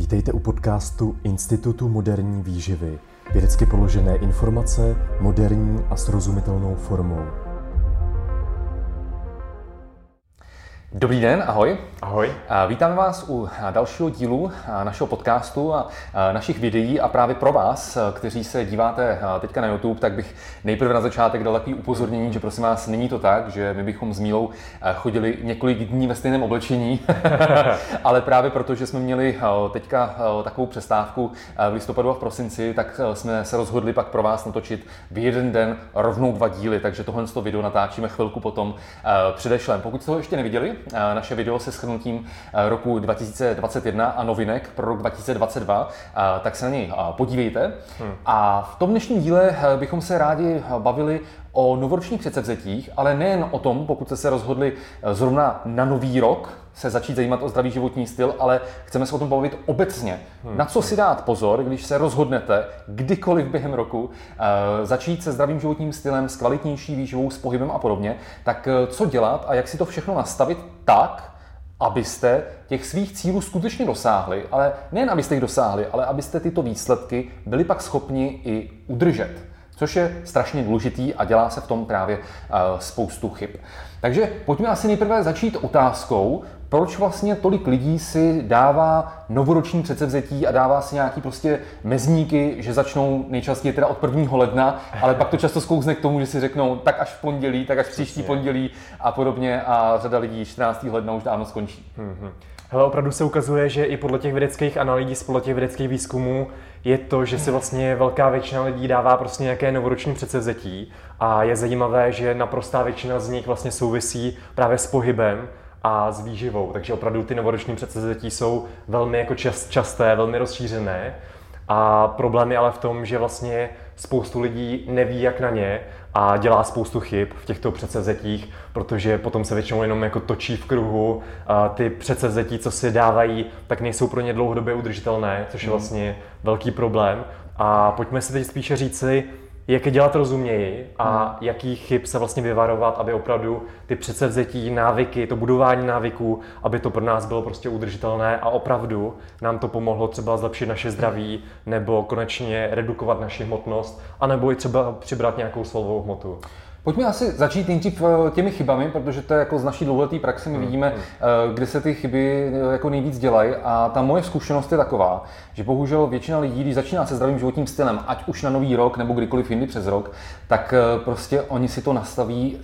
Vítejte u podcastu Institutu moderní výživy. Vědecky položené informace, moderní a srozumitelnou formou. Dobrý den, ahoj. Ahoj. Vítám vás u dalšího dílu našeho podcastu a našich videí a právě pro vás, kteří se díváte teďka na YouTube, tak bych nejprve na začátek dal takový upozornění, že prosím vás, není to tak, že my bychom s Mílou chodili několik dní ve stejném oblečení, ale právě proto, že jsme měli teďka takovou přestávku v listopadu a v prosinci, tak jsme se rozhodli pak pro vás natočit v jeden den rovnou 2 díly, takže tohle video natáčíme chvilku potom předešlem. Pokud jste ho ještě neviděli, naše video se shrnutím roku 2021 a novinek pro rok 2022, tak se na něj podívejte. A v tom dnešním díle bychom se rádi bavili o novoročních předsevzetích, ale nejen o tom, pokud jste se rozhodli zrovna na nový rok se začít zajímat o zdravý životní styl, ale chceme se o tom bavit obecně. Na co si dát pozor, když se rozhodnete kdykoliv během roku začít se zdravým životním stylem, s kvalitnější výživou, s pohybem a podobně, tak co dělat a jak si to všechno nastavit tak, abyste těch svých cílů skutečně dosáhli, ale nejen abyste jich dosáhli, ale abyste tyto výsledky byli pak schopni i udržet. Což je strašně důležitý a dělá se v tom právě spoustu chyb. Takže pojďme asi nejprve začít otázkou, proč vlastně tolik lidí si dává novoroční předsevzetí a dává si nějaký prostě mezníky, že začnou nejčastěji teda od 1. ledna, ale pak to často sklouzne k tomu, že si řeknou tak až v pondělí, tak až příští pondělí a podobně a řada lidí 14. ledna už dávno skončí. Hele, opravdu se ukazuje, že i podle těch vědeckých analýz, podle těch vědeckých výzkumů je to, že si vlastně velká většina lidí dává prostě nějaké novoroční předsevzetí a je zajímavé, že naprostá většina z nich vlastně souvisí právě s pohybem a s výživou, takže opravdu ty novoroční předsevzetí jsou velmi jako časté, velmi rozšířené a problém je ale v tom, že vlastně spoustu lidí neví, jak na ně a dělá spoustu chyb v těchto předsevzetích, protože potom se většinou jenom jako točí v kruhu. A ty předsevzetí, co si dávají, tak nejsou pro ně dlouhodobě udržitelné, což je vlastně velký problém. A pojďme si teď spíše říci, jak je dělat rozuměji a jakých chyb se vlastně vyvarovat, aby opravdu ty předsevzetí, návyky, to budování návyků, aby to pro nás bylo prostě udržitelné a opravdu nám to pomohlo třeba zlepšit naše zdraví nebo konečně redukovat naši hmotnost, anebo i třeba přibrat nějakou svalovou hmotu. Pojďme asi začít nejdřív těmi chybami, protože to je jako z naší dlouholeté praxe, my vidíme, kde se ty chyby jako nejvíc dělají a ta moje zkušenost je taková, že bohužel většina lidí, když začíná se zdravým životním stylem, ať už na nový rok nebo kdykoliv jindy přes rok, tak prostě oni si to nastaví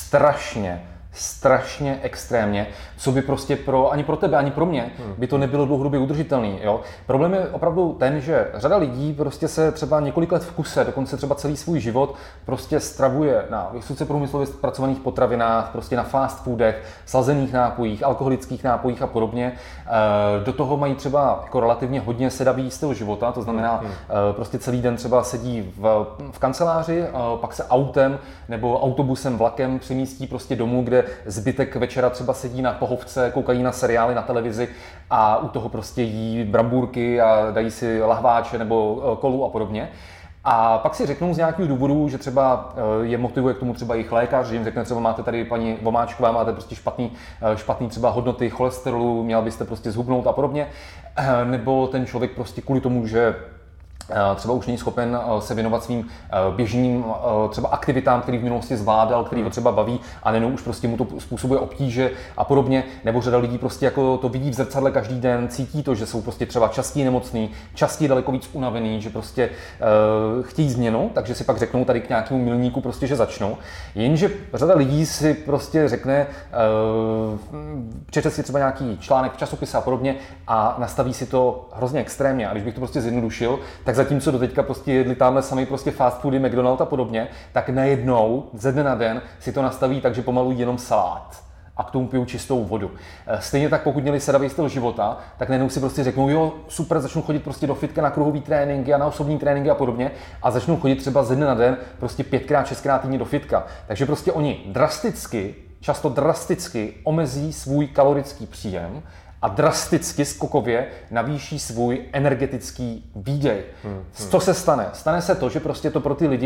strašně extrémně, co by prostě ani pro tebe, ani pro mě by to nebylo dlouhodobě udržitelný. Jo? Problém je opravdu ten, že řada lidí prostě se třeba několik let v kuse, dokonce třeba celý svůj život prostě stravuje na vysoce průmyslově zpracovaných potravinách, prostě na fast foodech, slazených nápojích, alkoholických nápojích a podobně. Do toho mají třeba jako relativně hodně sedavý styl života, to znamená prostě celý den třeba sedí v kanceláři, pak se autem nebo autobusem, vlakem přemístí prostě domů, kde zbytek večera třeba sedí na pohovce, koukají na seriály na televizi a u toho prostě jí brambůrky a dají si lahváče nebo kolu a podobně. A pak si řeknou z nějakého důvodu, že třeba je motivuje k tomu třeba jejich lékař, že jim řekne třeba máte tady paní Vomáčková, máte prostě špatný třeba hodnoty cholesterolu, měl byste prostě zhubnout a podobně. Nebo ten člověk prostě kvůli tomu, že třeba už není schopen se věnovat svým běžným třeba aktivitám, který v minulosti zvládal, který ho třeba baví a nejenom už prostě mu to způsobuje obtíže a podobně, nebo řada lidí prostě jako to vidí v zrcadle každý den, cítí to, že jsou prostě třeba častěji nemocný, častěji daleko víc unavený, že prostě chtějí změnu, takže si pak řeknou tady k nějakému milníku prostě, že začnou. Jenže řada lidí si prostě řekne, přečte si třeba nějaký článek v časopise a podobně a nastaví si to hrozně extrémně. A když bych to prostě zjednodušil, tak zatímco doteďka prostě jedli tamhle sami prostě fast foody, McDonald a podobně, tak najednou ze dne na den si to nastaví tak, že pomalu jenom salát a k tomu pijou čistou vodu. Stejně tak, pokud měli sedavý styl života, tak najednou si prostě řeknou, jo, super, začnu chodit prostě do fitka na kruhový tréninky a na osobní tréninky a podobně a začnou chodit třeba ze dne na den prostě 5x, 6x týdně do fitka. Takže prostě oni často drasticky omezí svůj kalorický příjem a drasticky skokově navýší svůj energetický výdej. Co se stane? Stane se to, že prostě to pro ty lidi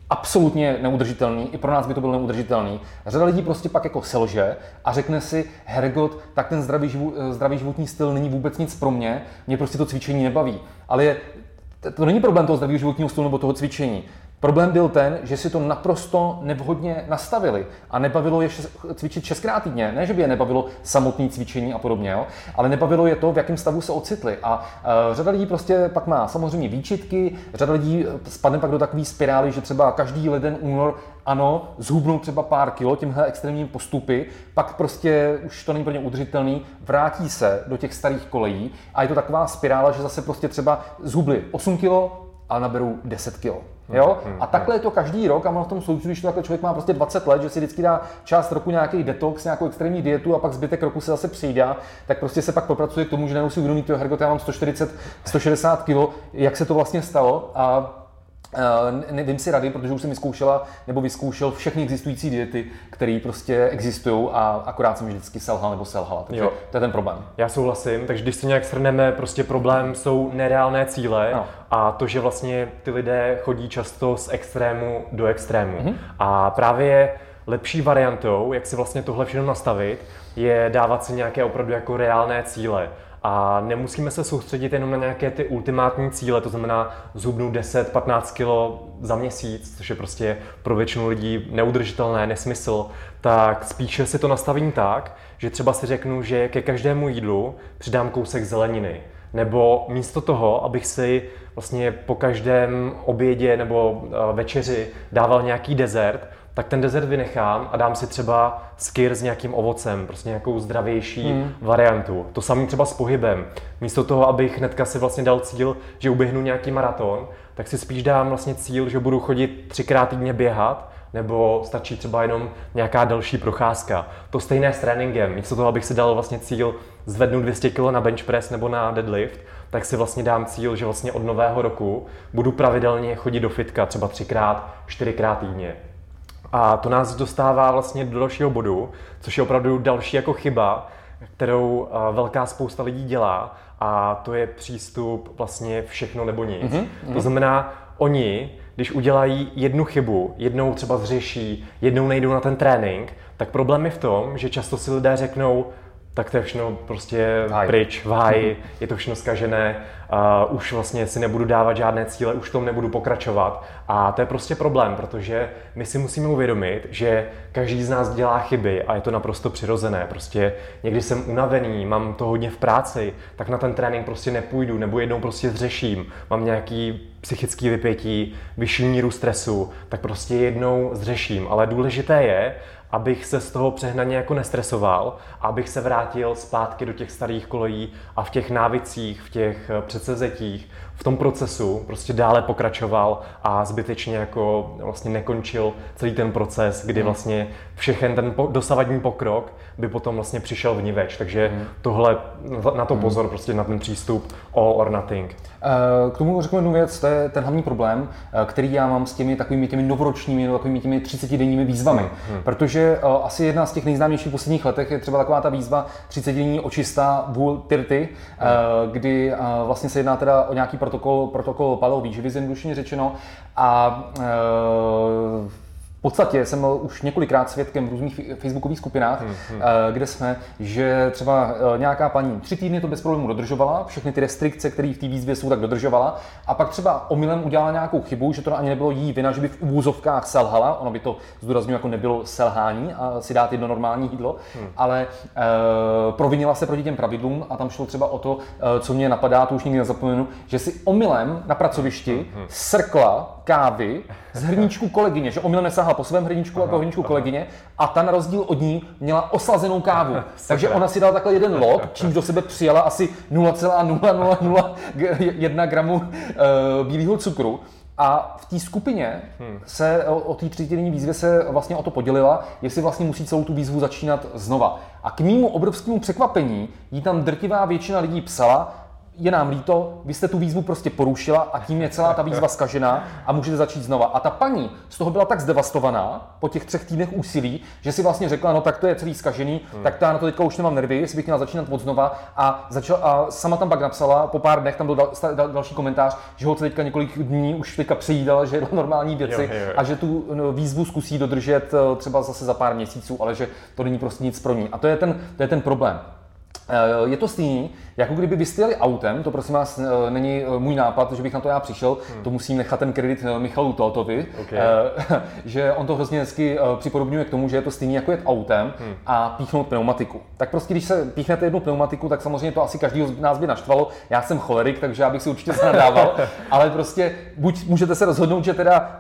absolutně neudržitelný, i pro nás by to bylo neudržitelný. Řada lidí prostě pak jako selže a řekne si, hergot, tak ten zdravý životní styl není vůbec nic pro mě prostě to cvičení nebaví. Ale to není problém toho zdravého životního stylu nebo toho cvičení. Problém byl ten, že si to naprosto nevhodně nastavili a nebavilo je cvičit 6krát týdně. Ne, že by je nebavilo samotné cvičení a podobně, jo? Ale nebavilo je to, v jakém stavu se ocitli. A řada lidí prostě pak má samozřejmě výčitky, řada lidí spadne pak do takové spirály, že třeba každý leden, únor, ano, zhubnou třeba pár kilo těmhle extrémními postupy, pak prostě už to není pro ně udržitelný, vrátí se do těch starých kolejí a je to taková spirála, že zase prostě třeba zhubli 8 kilo a naberou 10 kilo. Jo? A takhle je to každý rok a mám v tom součtu, když to takhle člověk má prostě 20 let, že si vždycky dá část roku nějaký detox, nějakou extrémní dietu a pak zbytek roku se zase přijde, tak prostě se pak popracuje k tomu, že najednou si uvědomí, hergot, já mám 160 kg, jak se to vlastně stalo a nevím si rady, protože už jsem vyzkoušel všechny existující diety, které prostě existují a akorát jsem vždycky selhal nebo selhala. Takže to je ten problém. Já souhlasím, takže když si nějak shrneme, prostě problém jsou nereálné cíle a to, že vlastně ty lidé chodí často z extrému do extrému. A právě lepší variantou, jak si vlastně tohle všechno nastavit, je dávat si nějaké opravdu jako reálné cíle. A nemusíme se soustředit jenom na nějaké ty ultimátní cíle, to znamená zhubnout 10-15 kg za měsíc, což je prostě pro většinu lidí neudržitelné, nesmysl, tak spíše si to nastavím tak, že třeba si řeknu, že ke každému jídlu přidám kousek zeleniny. Nebo místo toho, abych si vlastně po každém obědě nebo večeři dával nějaký dezert, tak ten dezert vynechám a dám si třeba skyr s nějakým ovocem, prostě nějakou zdravější variantu. To samé třeba s pohybem. Místo toho, abych hnedka si vlastně dal cíl, že uběhnu nějaký maraton, tak si spíš dám vlastně cíl, že budu chodit 3krát týdně běhat, nebo stačí třeba jenom nějaká další procházka. To stejné s tréninkem. Místo toho, abych si dal vlastně cíl zvednout 200 kg na bench press nebo na deadlift, tak si vlastně dám cíl, že vlastně od nového roku budu pravidelně chodit do fitka, třeba 3krát, 4krát týdně. A to nás dostává vlastně do dalšího bodu, což je opravdu další jako chyba, kterou velká spousta lidí dělá, a to je přístup vlastně všechno nebo nic. To znamená, oni, když udělají jednu chybu, jednou třeba zřeší, jednou nejdou na ten trénink, tak problém je v tom, že často si lidé řeknou, tak to je všechno prostě pryč, v háji, je to všechno zkažené, už vlastně si nebudu dávat žádné cíle, už v tom nebudu pokračovat. A to je prostě problém, protože my si musíme uvědomit, že každý z nás dělá chyby a je to naprosto přirozené. Prostě někdy jsem unavený, mám to hodně v práci, tak na ten trénink prostě nepůjdu, nebo jednou prostě zřeším, mám nějaký psychický vypětí, vyšší míru stresu, tak prostě jednou zřeším. Ale důležité je, abych se z toho přehnaně jako nestresoval, abych se vrátil zpátky do těch starých kolejí a v těch návycích, v těch předsevzetích, v tom procesu prostě dále pokračoval a zbytečně jako vlastně nekončil celý ten proces, kdy vlastně všechen ten dosavadní pokrok by potom vlastně přišel vniveč. Takže tohle, na to pozor, prostě na ten přístup all or nothing. K tomu řeknu jednu věc, to je ten hlavní problém, který já mám s těmi novoročními, takovými těmi 30denními výzvami. Protože asi jedna z těch nejznámějších v posledních letech je třeba taková ta výzva 30denní očista Whole 30, kdy vlastně se jedná teda o nějaký protokol paleo výživy, zjednodušeně řečeno, a v podstatě jsem byl už několikrát svědkem v různých facebookových skupinách, kde jsme, že třeba nějaká paní 3 týdny to bez problémů dodržovala, všechny ty restrikce, které v té výzvě jsou, tak dodržovala, a pak třeba omylem udělala nějakou chybu, že to ani nebylo jí vina, že by v uvozovkách selhala, ono by to zdůrazňuji jako nebylo selhání a si dát jedno normální jídlo, ale provinila se proti těm pravidlům a tam šlo třeba o to, co mě napadá, to už nikdy nezapomenu, že si omylem na pracovišti srkla kávy z hrníčku kolegyně, že omylem nesáhla po svém hrníčku a po hrníčku kolegyně, a ta na rozdíl od ní měla oslazenou kávu. Takže ona si dala takhle jeden log, čímž do sebe přijala asi 0,0001 gramu bílého cukru. A v té skupině se o té 30denní výzvě se vlastně o to podělila, jestli vlastně musí celou tu výzvu začínat znova. A k mému obrovskému překvapení jí tam drtivá většina lidí psala, je nám líto, vy jste tu výzvu prostě porušila a tím je celá ta výzva zkažená a můžete začít znova. A ta paní z toho byla tak zdevastovaná po těch 3 týdnech úsilí, že si vlastně řekla, no tak to je celý zkažený, tak to já na to teďka už nemám nervy, jestli bych měla začínat od znova a sama tam pak napsala, po pár dnech tam byl další komentář, že ho teďka několik dní už teďka přejídala, že je to normální věci a že tu výzvu zkusí dodržet třeba zase za pár měsíců, ale že to není prostě nic pro ní. A to je ten problém. Je to stejný, jako kdyby vy jeli autem, to prosím vás není můj nápad, že bych na to já přišel, to musím nechat ten kredit Michalu Tótovi, že on to hrozně hezky připodobňuje k tomu, že je to stejný jako jet autem a píchnout pneumatiku. Tak prostě když se píchnete jednu pneumatiku, tak samozřejmě to asi každýho z nás by naštvalo, já jsem cholerik, takže já bych si určitě zanadával, ale prostě buď můžete se rozhodnout, že teda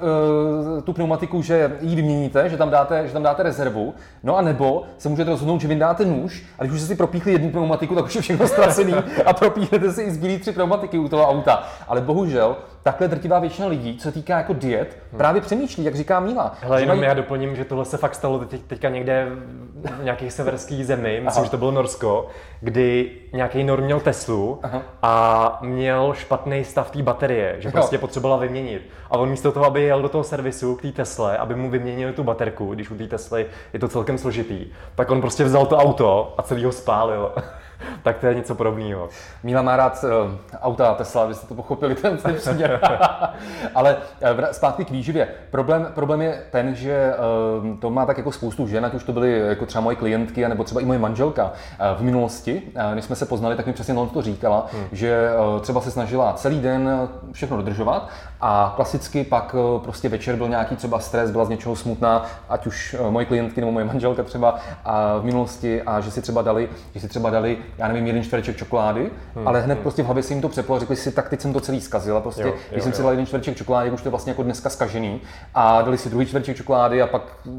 tu pneumatiku, že ji vyměníte, že tam dáte rezervu, no a nebo se můžete rozhodnout, že vyndáte nůž a když už si propíchli jednu pneumatiku, tak už je všechno ztracený a propíchnete si i zbylý 3 pneumatiky u toho auta. Ale bohužel, takhle drtivá většina lidí, co se týká jako diet, právě přemýšlí, jak říká Míla. Hele, jenom já doplním, že tohle se fakt stalo teďka někde v nějakých severských zemi, myslím, že to bylo Norsko, kdy nějaký Nor měl Teslu a měl špatný stav té baterie, že prostě potřebovala vyměnit. A on místo toho, aby jel do toho servisu k té Tesle, aby mu vyměnili tu baterku, když u té Tesly je to celkem složitý, tak on prostě vzal to auto a celý ho spálil. Tak to je něco podobného. Míla má rád auta Tesla, abyste to pochopili, ten příměr. Ale zpátky k výživě. Problém je ten, že to má tak jako spoustu žen, ať už to byly jako třeba moje klientky, nebo třeba i moje manželka v minulosti, než jsme se poznali, tak mi přesně to říkala, že třeba se snažila celý den všechno dodržovat a klasicky pak prostě večer byl nějaký třeba stres, byla z něčeho smutná, ať už moje klientky nebo moje manželka třeba a v minulosti a že si třeba dali já nevím, 1 čtvereček čokolády, ale hned prostě v hlavě si jim to přeplo a řekli si, tak teď jsem to celý zkazila. Prostě, když jsem si dal 1 čtvereček čokolády, už to je vlastně jako dneska zkažený. A dali si 2 čtvereček čokolády a pak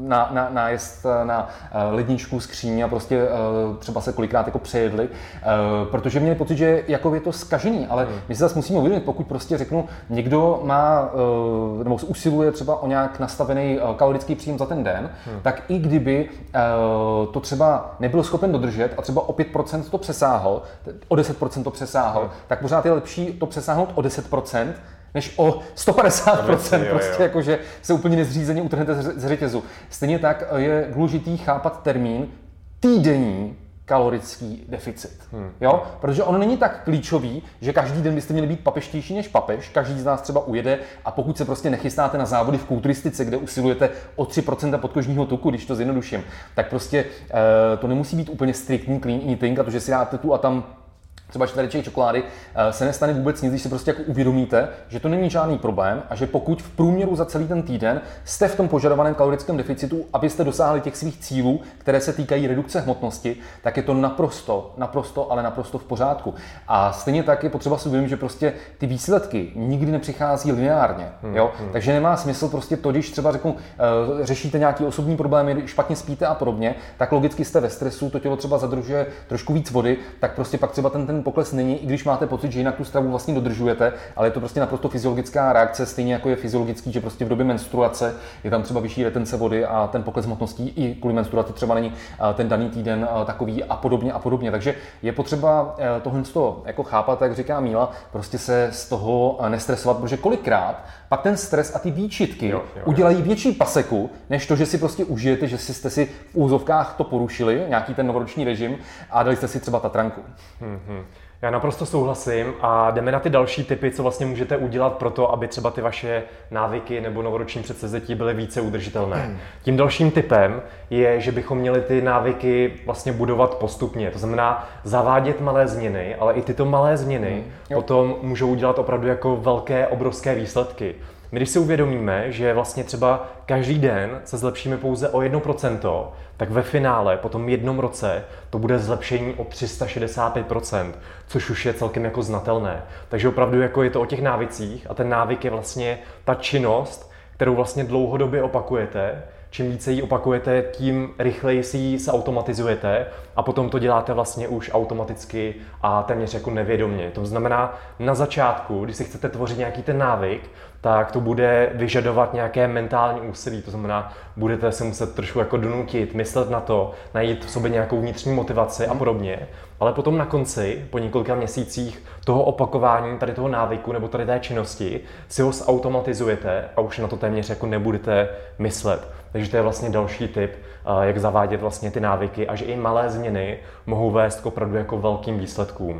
nájezd na ledničku, skříň a prostě třeba se kolikrát jako přejedli, protože měli pocit, že jako je to zkažený, ale my si zase musíme uvědomit, pokud prostě řeknu, někdo má nebo usiluje třeba o nějak nastavený kalorický příjem za ten den, tak i kdyby to třeba nebyl schopen dodržet a třeba o 5% to přesáhl, o 10% to přesáhl, tak pořád je lepší to přesáhnout o 10%, než o 150%, prostě jakože se úplně nezřízeně utrhnete z řetězu. Stejně tak je důležitý chápat termín týdenní kalorický deficit. Jo? Protože ono není tak klíčový, že každý den byste měli být papeštější než papež, každý z nás třeba ujede a pokud se prostě nechystáte na závody v kulturistice, kde usilujete o 3% podkožního tuku, když to zjednoduším, tak prostě to nemusí být úplně striktní clean eating a to, že si dáte tu a tam třeba čtvereček čokolády, se nestane vůbec nic, když si prostě jako uvědomíte, že to není žádný problém a že pokud v průměru za celý ten týden jste v tom požadovaném kalorickém deficitu, abyste dosáhli těch svých cílů, které se týkají redukce hmotnosti, tak je to naprosto v pořádku. A stejně tak je potřeba si uvědomit, že prostě ty výsledky nikdy nepřichází lineárně. Jo? Takže nemá smysl prostě to, když třeba řeknu, řešíte nějaké osobní problémy, špatně spíte a podobně, tak logicky jste ve stresu, to tělo třeba zadržuje trošku víc vody, tak prostě pak třeba ten pokles není, i když máte pocit, že jinak tu stravu vlastně dodržujete, ale je to prostě naprosto fyziologická reakce, stejně jako je fyziologický, že prostě v době menstruace je tam třeba vyšší retence vody a ten pokles hmotností i kvůli menstruaci třeba není ten daný týden takový a podobně. Takže je potřeba tohle jako chápat, jak říká Míla, prostě se z toho nestresovat, protože kolikrát pak ten stres a ty výčitky udělají větší paseku, než to, že si prostě užijete, že jste si v úzovkách to porušili, nějaký ten novoroční režim a dali jste si třeba tatranku. Já naprosto souhlasím a jdeme na ty další tipy, co vlastně můžete udělat pro to, aby třeba ty vaše návyky nebo novoroční předsevzetí byly více udržitelné. Tím dalším tipem je, že bychom měli ty návyky vlastně budovat postupně. To znamená zavádět malé změny, ale i tyto malé změny potom můžou udělat opravdu jako obrovské výsledky. My když si uvědomíme, že vlastně třeba každý den se zlepšíme pouze o 1%, tak ve finále po tom jednom roce to bude zlepšení o 365%, což už je celkem jako znatelné. Takže opravdu jako je to o těch návicích a ten návyk je vlastně ta činnost, kterou vlastně dlouhodobě opakujete. Čím více ji opakujete, tím rychleji si ji automatizujete a potom to děláte vlastně už automaticky a téměř jako nevědomě. To znamená, na začátku, když si chcete tvořit nějaký ten návyk, tak to bude vyžadovat nějaké mentální úsilí. To znamená, budete se muset trošku jako donutit, myslet na to, najít v sobě nějakou vnitřní motivaci a podobně. Ale potom na konci, po několika měsících toho opakování, tady toho návyku nebo tady té činnosti, si ho zautomatizujete a už na to téměř jako nebudete myslet. Takže to je vlastně další tip, jak zavádět vlastně ty návyky a že i malé změny mohou vést k opravdu jako velkým výsledkům.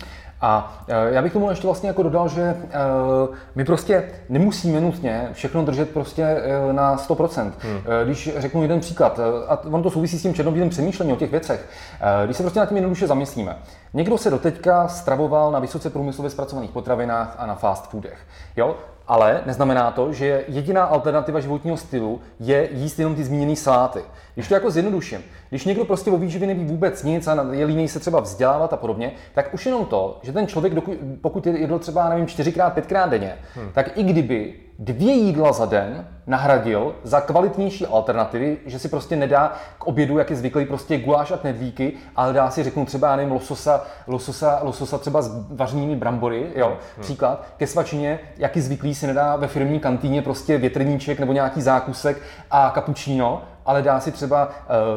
A já bych tomu ještě vlastně jako dodal, že my prostě nemusíme nutně všechno držet prostě na 100%. Když řeknu jeden příklad, a on to souvisí s tím černobílým přemýšlením o těch věcech, když se prostě nad tím jednoduše zamyslíme. Někdo se doteďka stravoval na vysoce průmyslově zpracovaných potravinách a na fast foodech. Jo? Ale neznamená to, že jediná alternativa životního stylu je jíst jenom ty zmíněné saláty. Když to jako zjednoduším, když někdo prostě o výživě neví vůbec nic a je líný se třeba vzdělávat a podobně, tak už jenom to, že ten člověk, pokud jedl třeba, nevím, 4x, 5x denně, tak i kdyby 2 jídla za den nahradil za kvalitnější alternativy, že si prostě nedá k obědu, jak je zvyklý, prostě guláš a knedlíky, ale dá si, řeknu třeba, nevím, lososa třeba s vařenými brambory, jo, příklad, ke svačině, jak je zvyklý, si nedá ve firmní kantýně prostě větrníček nebo nějaký zákusek a cappuccino, ale dá si třeba,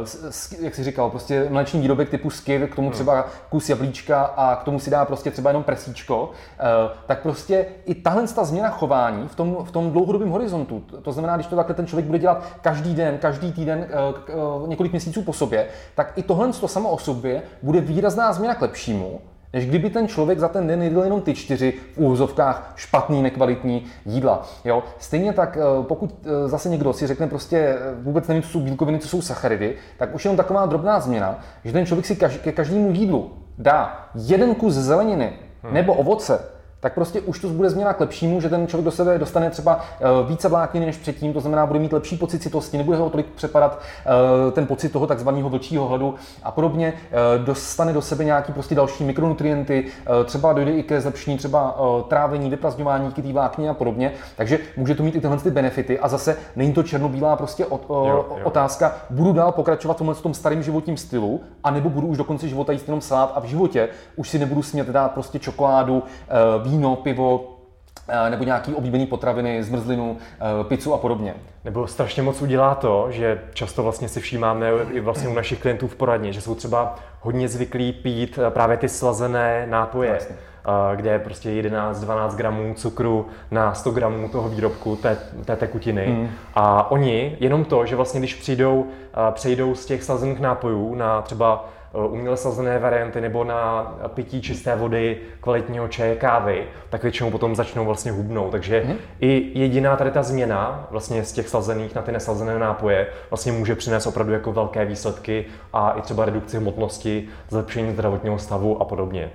jak jsi říkal, prostě mléčný výrobek typu skyr, k tomu třeba kus jablíčka a k tomu si dá prostě třeba jenom presíčko, tak prostě i tahle změna chování v tom dlouhodobém horizontu, to znamená, když to takhle ten člověk bude dělat každý den, každý týden, několik měsíců po sobě, tak i tohle samo o sobě bude výrazná změna k lepšímu, než kdyby ten člověk za ten den jedl jenom ty 4 v úvozovkách špatný, nekvalitní jídla. Jo? Stejně tak, pokud zase někdo si řekne prostě vůbec nevím, co jsou bílkoviny, co jsou sacharidy, tak už jenom taková drobná změna, že ten člověk si ke každému jídlu dá 1 kus zeleniny nebo ovoce, tak prostě už to bude změna k lepšímu, že ten člověk do sebe dostane třeba více vlákniny než předtím, to znamená, bude mít lepší pocit citosti, nebude ho tolik přepadat ten pocit toho takzvaného vlčího hladu a podobně, dostane do sebe nějaký prostě další mikronutrienty, třeba dojde i ke zlepšení třeba trávení, vyprazňování díky té vláknině a podobně, takže může to mít i tyhle ty benefity a zase není to černobílá prostě otázka, budu dál pokračovat v tom starém životním stylu, anebo budu už do konce života jíst jenom salát a v životě už si nebudu smět dát prostě čokoládu, víno, pivo nebo nějaký oblíbený potraviny, zmrzlinu, pizzu a podobně. Nebo strašně moc udělá to, že často vlastně si všímáme i vlastně u našich klientů v poradně, že jsou třeba hodně zvyklí pít právě ty slazené nápoje, kde je prostě 11-12 gramů cukru na 100 gramů toho výrobku, té tekutiny. A oni jenom to, že vlastně když přejdou z těch slazených nápojů na třeba uměle slazené varianty nebo na pití čisté vody, kvalitního čaje, kávy, tak většinou potom začnou vlastně hubnout. Takže i jediná tady ta změna vlastně z těch slazených na ty neslazené nápoje vlastně může přinést opravdu jako velké výsledky a i třeba redukci hmotnosti, zlepšení zdravotního stavu a podobně.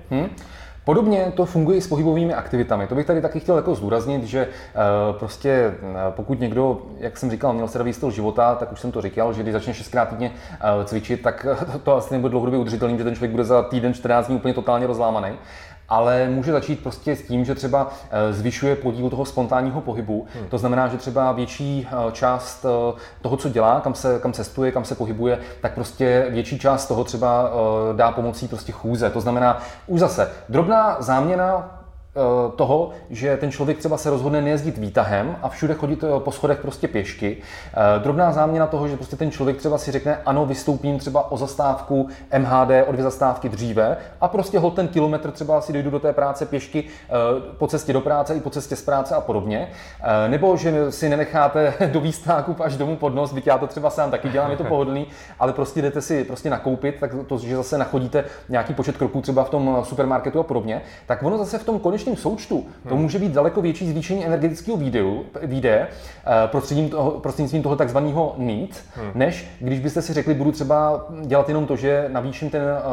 Podobně to funguje i s pohybovými aktivitami. To bych tady taky chtěl jako zdůraznit, že prostě pokud někdo, jak jsem říkal, měl zdravý styl života, tak už jsem to říkal, že když začne 6x týdně cvičit, tak to asi nebude dlouhodobě udržitelný, že ten člověk bude za týden, 14 dní úplně totálně rozlámaný. Ale může začít prostě s tím, že třeba zvyšuje podíl toho spontánního pohybu. To znamená, že třeba větší část toho, co dělá, kam cestuje, kam se pohybuje, tak prostě větší část toho třeba dá pomocí prostě chůze. To znamená už zase drobná záměna toho, že ten člověk třeba se rozhodne nejezdit výtahem a všude chodit po schodech prostě pěšky. Drobná záměna toho, že prostě ten člověk třeba si řekne, ano, vystoupím třeba o zastávku MHD, o 2 zastávky dříve a prostě hol ten kilometr třeba si dojdu do té práce pěšky po cestě do práce i po cestě z práce a podobně. Nebo že si nenecháte do výstáku až domů pod nos, byť já to třeba sám taky dělám, je to pohodlný, ale prostě jdete si prostě nakoupit, tak to, že zase nachodíte nějaký počet kroků třeba v tom supermarketu a podobně, tak ono zase v tom konečném součtu to může být daleko větší zvýšení energetického výdeje prostřednictvím toho takzvaného need, než když byste si řekli, budu třeba dělat jenom to, že navýším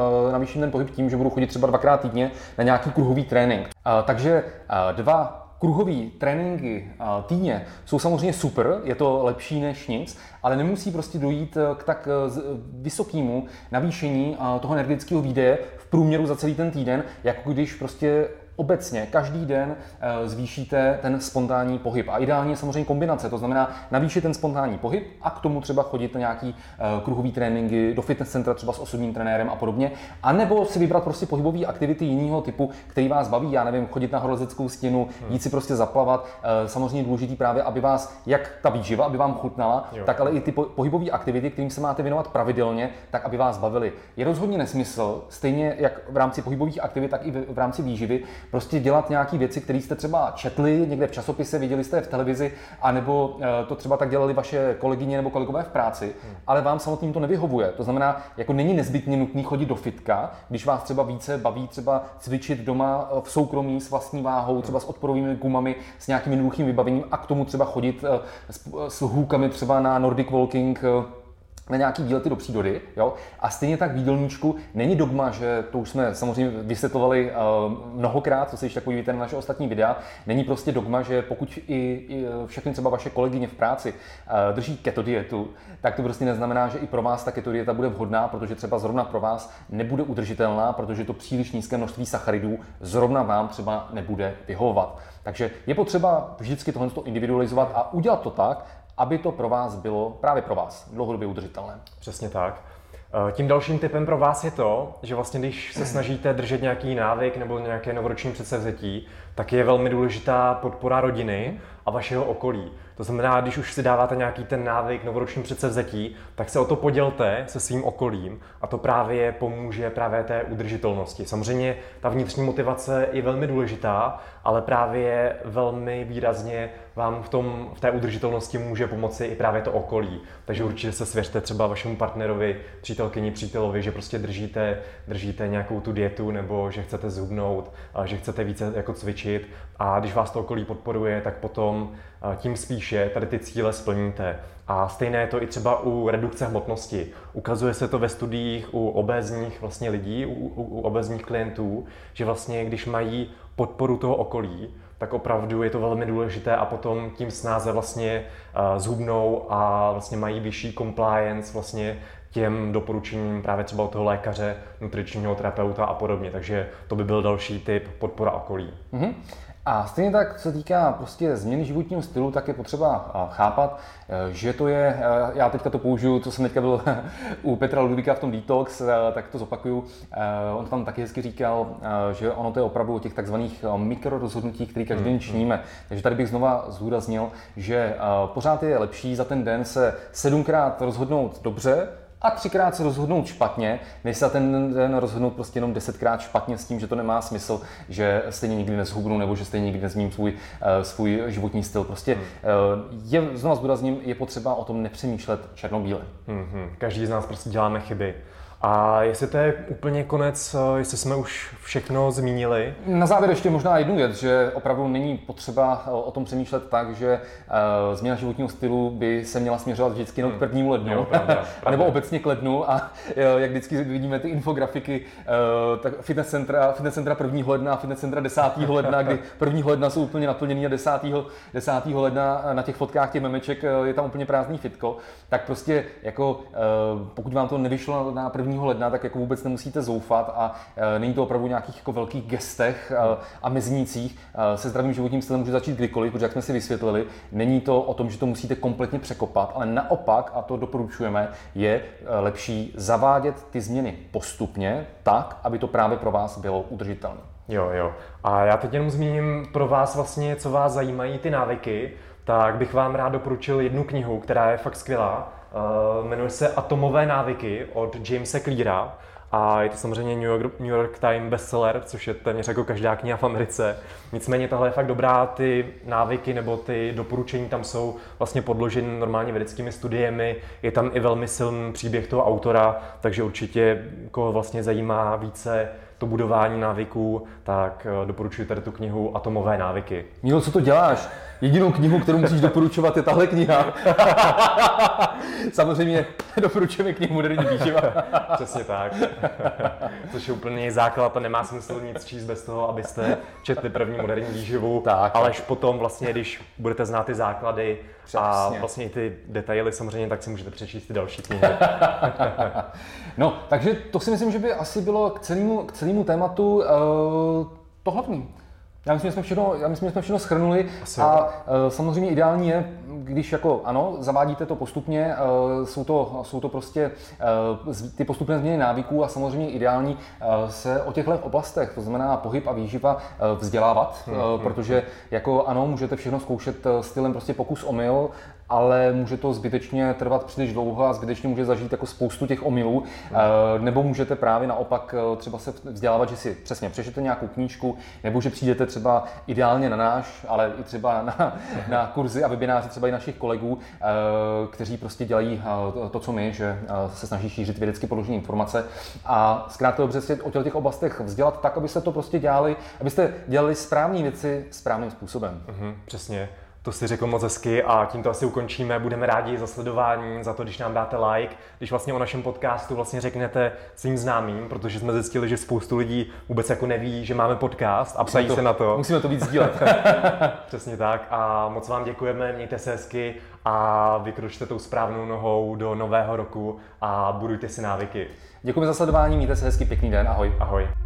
ten pohyb tím, že budu chodit třeba 2x týdně na nějaký kruhový trénink. Takže 2 kruhový tréninky týdně jsou samozřejmě super, je to lepší než nic, ale nemusí prostě dojít k tak vysokému navýšení toho energetického výdeje v průměru za celý ten týden, jako když prostě obecně každý den zvýšíte ten spontánní pohyb. A ideálně je samozřejmě kombinace, to znamená navýšit ten spontánní pohyb a k tomu třeba chodit na nějaký kruhový tréninky, do fitness centra třeba s osobním trenérem a podobně. A nebo si vybrat prostě pohybové aktivity jiného typu, který vás baví, já nevím, chodit na horolezeckou stěnu, jít si prostě zaplavat. Samozřejmě důležitý právě, aby vás, jak ta výživa, aby vám chutnala, tak ale i ty pohybové aktivity, kterým se máte věnovat pravidelně, tak aby vás bavily. Je rozhodně nesmysl, stejně jak v rámci pohybových aktivit, tak i v rámci výživy, prostě dělat nějaké věci, které jste třeba četli někde v časopise, viděli jste v televizi, anebo to třeba tak dělali vaše kolegyně nebo kolegové v práci, ale vám samotným to nevyhovuje. To znamená, jako není nezbytně nutný chodit do fitka, když vás třeba více baví třeba cvičit doma v soukromí s vlastní váhou, třeba s odporovými gumami, s nějakým jednoduchým vybavením a k tomu třeba chodit s hůkami třeba na Nordic Walking, na nějaký výlety do přírody, jo? A stejně tak v jídelníčku není dogma, že to už jsme samozřejmě vysvětlovali mnohokrát, co si ještě podívíte na naše ostatní videa, není prostě dogma, že pokud i všechny třeba vaše kolegyně v práci drží keto dietu, tak to prostě neznamená, že i pro vás ta keto dieta bude vhodná, protože třeba zrovna pro vás nebude udržitelná, protože to příliš nízké množství sacharidů zrovna vám třeba nebude vyhovovat. Takže je potřeba vždycky tohle individualizovat a udělat to tak, aby to pro vás bylo, právě pro vás, dlouhodobě udržitelné. Přesně tak. Tím dalším tipem pro vás je to, že vlastně když se snažíte držet nějaký návyk nebo nějaké novoroční předsevzetí, tak je velmi důležitá podpora rodiny a vašeho okolí. To znamená, když už si dáváte nějaký ten návyk, novoroční předsevzetí, tak se o to podělte se svým okolím a to právě pomůže právě té udržitelnosti. Samozřejmě ta vnitřní motivace je velmi důležitá, ale právě velmi výrazně vám v té udržitelnosti může pomoci i právě to okolí. Takže určitě se svěřte třeba vašemu partnerovi, přítelkyni, přítelovi, že prostě držíte nějakou tu dietu nebo že chcete zhubnout, že chcete více jako cvičit a když vás to okolí podporuje, tak potom tím spíše tady ty cíle splníte. A stejné je to i třeba u redukce hmotnosti. Ukazuje se to ve studiích u obézních vlastně lidí, u obézních klientů, že vlastně když mají podporu toho okolí, tak opravdu je to velmi důležité a potom tím snáze vlastně zhubnou a vlastně mají vyšší compliance vlastně těm doporučením právě třeba od toho lékaře, nutričního terapeuta a podobně. Takže to by byl další tip, podpora okolí. Mm-hmm. A stejně tak, co se týká prostě změny životního stylu, tak je potřeba chápat, že to je, já teďka to použiju, co jsem teďka byl u Petra Ludvíka v tom Detox, tak to zopakuju. On tam taky hezky říkal, že ono to je opravdu o těch takzvaných mikrorozhodnutích, které každý den činíme. Takže tady bych znova zdůraznil, že pořád je lepší za ten den se 7krát rozhodnout dobře, a 3krát se rozhodnout špatně, než se ten den rozhodnout prostě jenom 10krát špatně s tím, že to nemá smysl, že stejně nikdy nezhubnu nebo že stejně nikdy nezměním svůj životní styl. Prostě znovu zdůrazním, je potřeba o tom nepřemýšlet černobíle. Každý z nás prostě děláme chyby. A jestli to je úplně konec, jestli jsme už všechno zmínili? Na závěr ještě možná jednu věc, že opravdu není potřeba o tom přemýšlet tak, že změna životního stylu by se měla směřovat vždycky jenom k 1. lednu, pravda. nebo obecně k lednu a jak vždycky vidíme ty infografiky, tak fitness centra 1. ledna a fitness centra 10. ledna, kdy 1. ledna jsou úplně naplněný a 10. ledna na těch fotkách těch memeček je tam úplně prázdný fitko, tak prostě jako pokud vám to nevyšlo na 1. ledna, tak jako vůbec nemusíte zoufat a není to opravdu nějakých jako velkých gestech a meznících. Se zdravým životním stylem může začít kdykoliv, protože jak jsme si vysvětlili, není to o tom, že to musíte kompletně překopat, ale naopak, a to doporučujeme, je lepší zavádět ty změny postupně tak, aby to právě pro vás bylo udržitelné. Jo. A já teď jenom zmíním pro vás vlastně, co vás zajímají ty návyky, tak bych vám rád doporučil jednu knihu, která je fakt skvělá. Jmenuje se Atomové návyky od Jamese Cleara a je to samozřejmě New York Times bestseller, což je téměř jako každá kniha v Americe. Nicméně tohle je fakt dobrá, ty návyky nebo ty doporučení tam jsou vlastně podloženy normálně vědeckými studiemi, je tam i velmi silný příběh toho autora, takže určitě koho vlastně zajímá více to budování návyků, tak doporučuji tady tu knihu Atomové návyky. Mílo, co to děláš? Jedinou knihu, kterou musíš doporučovat, je tahle kniha. Samozřejmě doporučujeme knihu Moderní výživa. Přesně tak. Což je úplně základ a nemá smysl nic číst bez toho, abyste četli první moderní výživu, ale až potom vlastně, když budete znát ty základy a vlastně i ty detaily samozřejmě, tak si můžete přečíst ty další knihy. No, takže to si myslím, že by asi bylo k celému tématu to hlavní. Já myslím, že jsme všechno shrnuli a samozřejmě ideální je, když jako ano, zavádíte to postupně, jsou to prostě ty postupné změny návyků a samozřejmě ideální se o těchto oblastech, to znamená pohyb a výživa, vzdělávat, protože jako ano, můžete všechno zkoušet stylem prostě pokus omyl, ale může to zbytečně trvat příliš dlouho a zbytečně může zažít jako spoustu těch omylů, nebo můžete právě naopak třeba se vzdělávat, že si přesně přečtete nějakou knížku, nebo že přijdete třeba ideálně na náš, ale i třeba na kurzy a webináře třeba i našich kolegů, kteří prostě dělají to, co my, že se snaží šířit vědecky podložené informace a zkrátka dobře se o těch oblastech vzdělat tak, abyste to prostě dělali, abyste dělali správné věci správným způsobem. Přesně. To si řekl moc hezky a tímto asi ukončíme. Budeme rádi za sledování, za to, když nám dáte like, když vlastně o našem podcastu vlastně řeknete svým známým, protože jsme zjistili, že spoustu lidí vůbec jako neví, že máme podcast a ptají se na to. Musíme to víc sdílet. Přesně tak a moc vám děkujeme, mějte se hezky a vykročte tou správnou nohou do nového roku a budujte si návyky. Děkujeme za sledování, mějte se hezky, pěkný den, ahoj. Ahoj.